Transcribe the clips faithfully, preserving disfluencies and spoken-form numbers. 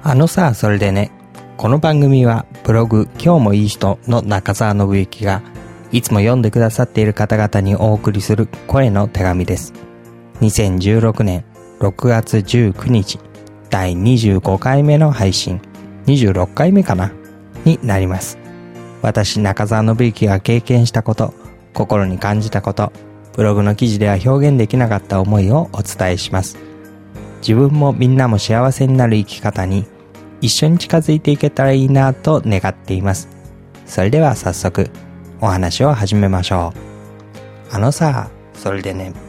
あのさ、それでね、この番組はブログ今日もいい人の中澤信之がいつも読んでくださっている方々にお送りする声の手紙です。にせんじゅうろくねんろくがつじゅうくにちだいにじゅうごかいめの配信、にじゅうろっかいめかなになります。私中澤信之が経験したこと、心に感じたこと、ブログの記事では表現できなかった思いをお伝えします。自分もみんなも幸せになる生き方に一緒に近づいていけたらいいなと願っています。それでは早速お話を始めましょう。あのさ、それでね。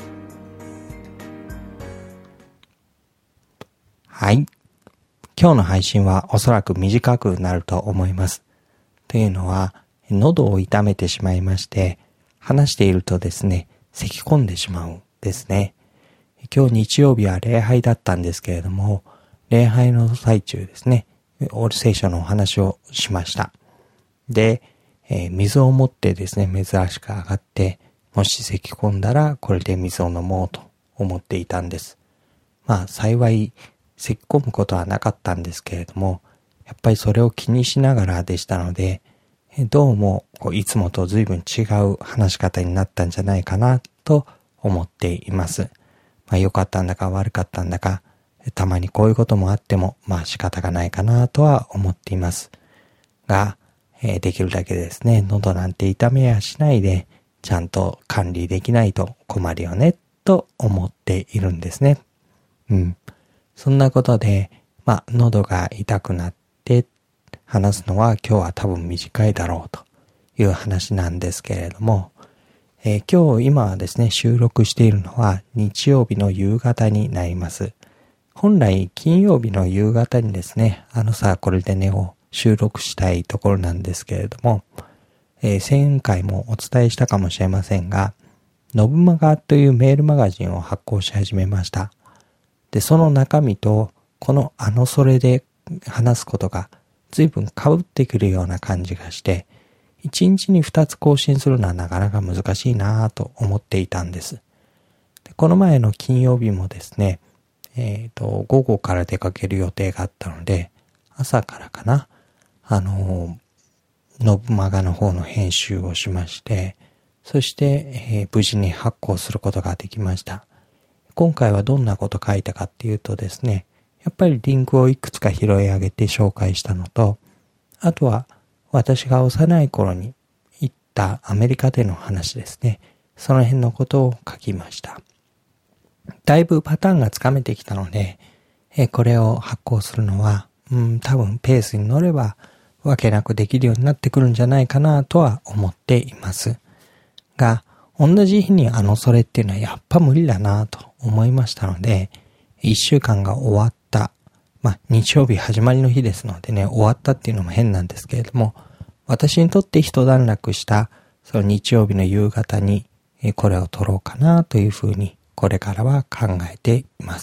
はい。今日の配信はおそらく短くなると思います。というのは、喉を痛めてしまいまして、話しているとですね、咳き込んでしまうんですね。今日日曜日は礼拝だったんですけれども、礼拝の最中ですね、聖書のお話をしました。で、えー、水を持ってですね、珍しく上がって、もし咳き込んだらこれで水を飲もうと思っていたんです。まあ幸い咳き込むことはなかったんですけれども、やっぱりそれを気にしながらでしたので、どうもこういつもと随分違う話し方になったんじゃないかなと思っています。まあ良かったんだか悪かったんだか、たまにこういうこともあってもまあ仕方がないかなとは思っていますが、えー、できるだけですね、喉なんて痛めやしないでちゃんと管理できないと困るよねと思っているんですね。うん。そんなことで、まあ喉が痛くなって話すのは今日は多分短いだろうという話なんですけれども、えー、今日今はですね、収録しているのは日曜日の夕方になります。本来金曜日の夕方にですね、あのさ、これでねを収録したいところなんですけれども、えー、前回もお伝えしたかもしれませんが、ノブマガというメールマガジンを発行し始めました。で、その中身とこのあのそれで話すことが随分被ってくるような感じがして、一日に二つ更新するのはなかなか難しいなぁと思っていたんです。で、この前の金曜日もですね、えっと、午後から出かける予定があったので、朝からかな、あの、ノブマガの方の編集をしまして、そして、えー、無事に発行することができました。今回はどんなこと書いたかっていうとですね、やっぱりリンクをいくつか拾い上げて紹介したのと、あとは私が幼い頃に行ったアメリカでの話ですね、その辺のことを書きました。だいぶパターンがつかめてきたので、えこれを発行するのは、うん、多分ペースに乗ればわけなくできるようになってくるんじゃないかなとは思っています。が、同じ日にあのそれっていうのはやっぱ無理だなと思いましたので、一週間が終わった、まあ日曜日始まりの日ですのでね、終わったっていうのも変なんですけれども、私にとって一段落したその日曜日の夕方にこれを撮ろうかなというふうにこれからは考えています。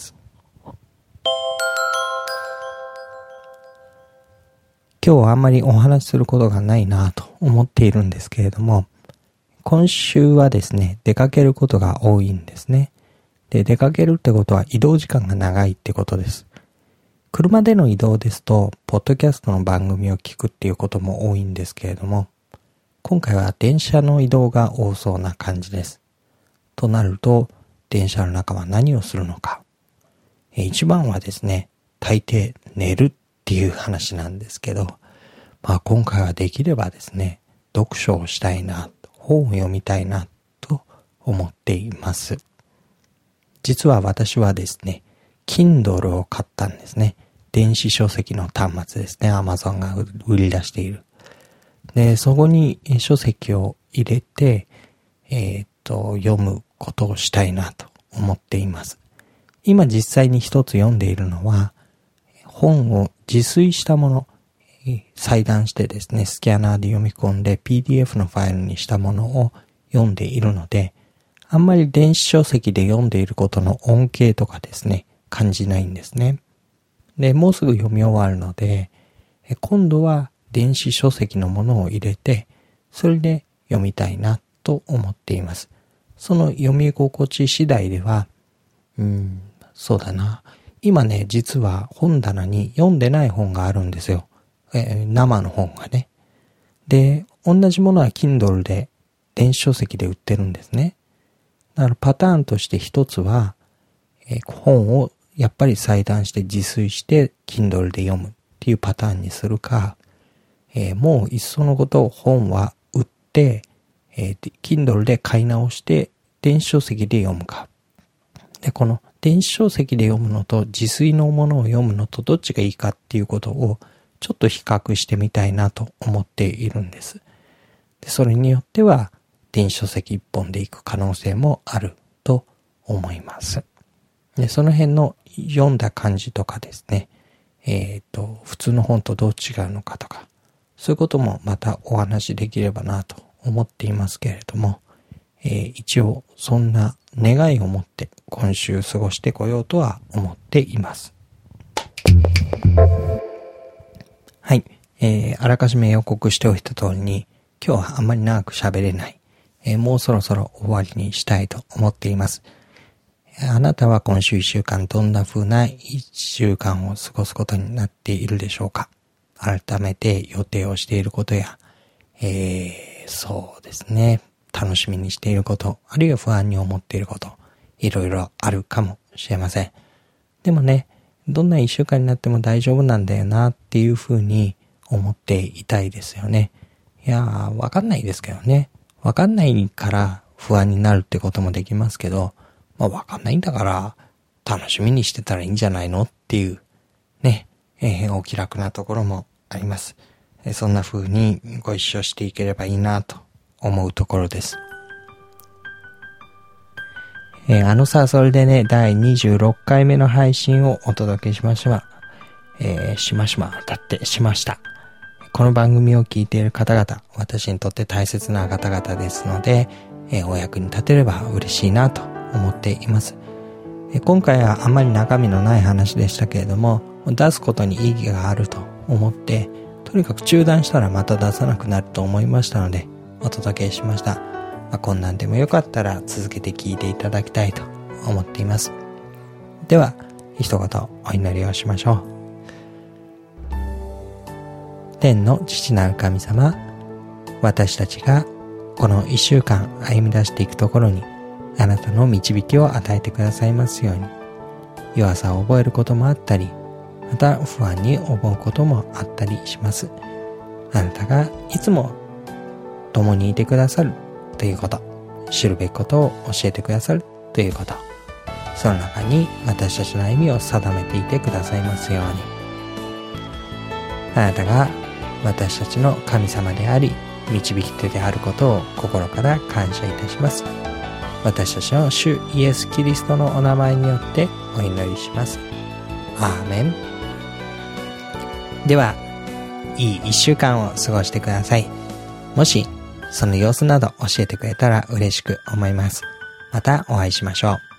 今日はあんまりお話しすることがないなと思っているんですけれども、今週はですね、出かけることが多いんですね。で、出かけるってことは移動時間が長いってことです。車での移動ですと、ポッドキャストの番組を聞くっていうことも多いんですけれども、今回は電車の移動が多そうな感じです。となると、電車の中は何をするのか。え一番はですね、大抵寝るっていう話なんですけど、まあ今回はできればですね、読書をしたいな、本を読みたいなと思っています。実は私はですね、Kindle を買ったんですね。電子書籍の端末ですね。Amazon が売り出している。で、そこに書籍を入れて、えー、っと、読むことをしたいなと思っています。今実際に一つ読んでいるのは、本を自炊したもの、裁断してですね、スキャナーで読み込んで ピーディーエフ のファイルにしたものを読んでいるので、あんまり電子書籍で読んでいることの恩恵とかですね、感じないんですね。で、もうすぐ読み終わるので、今度は電子書籍のものを入れて、それで読みたいなと思っています。その読み心地次第では、うーん、そうだな。 今ね、実は本棚に読んでない本があるんですよ。えー、生の本がね。で、同じものは Kindle で、電子書籍で売ってるんですね。だからパターンとして一つは、えー、本をやっぱり裁断して自炊して Kindle で読むっていうパターンにするか、えー、もういっそのこと本は売って、えー、Kindle で買い直して電子書籍で読むか。で、この電子書籍で読むのと自炊のものを読むのとどっちがいいかっていうことをちょっと比較してみたいなと思っているんです。で、それによっては電子書籍一本でいく可能性もあると思います。で、その辺の読んだ感じとかですね、えっと、普通の本とどう違うのかとか、そういうこともまたお話しできればなと思っていますけれども、えー、一応そんな願いを持って今週過ごしてこようとは思っています。はい、えー、あらかじめ予告しておいた通りに今日はあんまり長く喋れない、えー、もうそろそろ終わりにしたいと思っています。あなたは今週一週間どんな風な一週間を過ごすことになっているでしょうか。改めて予定をしていることや、えー、そうですね、楽しみにしていること、あるいは不安に思っていること、いろいろあるかもしれません。でもね、どんな一週間になっても大丈夫なんだよなっていう風に思っていたいですよね。いやー、わかんないですけどね。わかんないから不安になるってこともできますけど、まあわかんないんだから楽しみにしてたらいいんじゃないのっていうね、えー、お気楽なところもあります。えー、そんな風にご一緒していければいいなと思うところです。えー、あのさ、それでね、だいにじゅうろっかいめの配信をお届けしましま、えー、しましま、だってしました。この番組を聞いている方々、私にとって大切な方々ですので、えー、お役に立てれば嬉しいなと思っています。えー、今回はあまり中身のない話でしたけれども、出すことに意義があると思って、とにかく中断したらまた出さなくなると思いましたので、お届けしました。まあ、こんなんでもよかったら続けて聞いていただきたいと思っています。では、一言お祈りをしましょう。天の父なる神様、私たちがこの一週間歩み出していくところにあなたの導きを与えてくださいますように。弱さを覚えることもあったり、また不安に思うこともあったりします。あなたがいつも共にいてくださるということ、知るべきことを教えてくださるということ、その中に私たちの歩みを定めていてくださいますように。あなたが私たちの神様であり導き手であることを心から感謝いたします。私たちの主イエス・キリストのお名前によってお祈りします。アーメン。では、いい一週間を過ごしてください。もしその様子など教えてくれたら嬉しく思います。またお会いしましょう。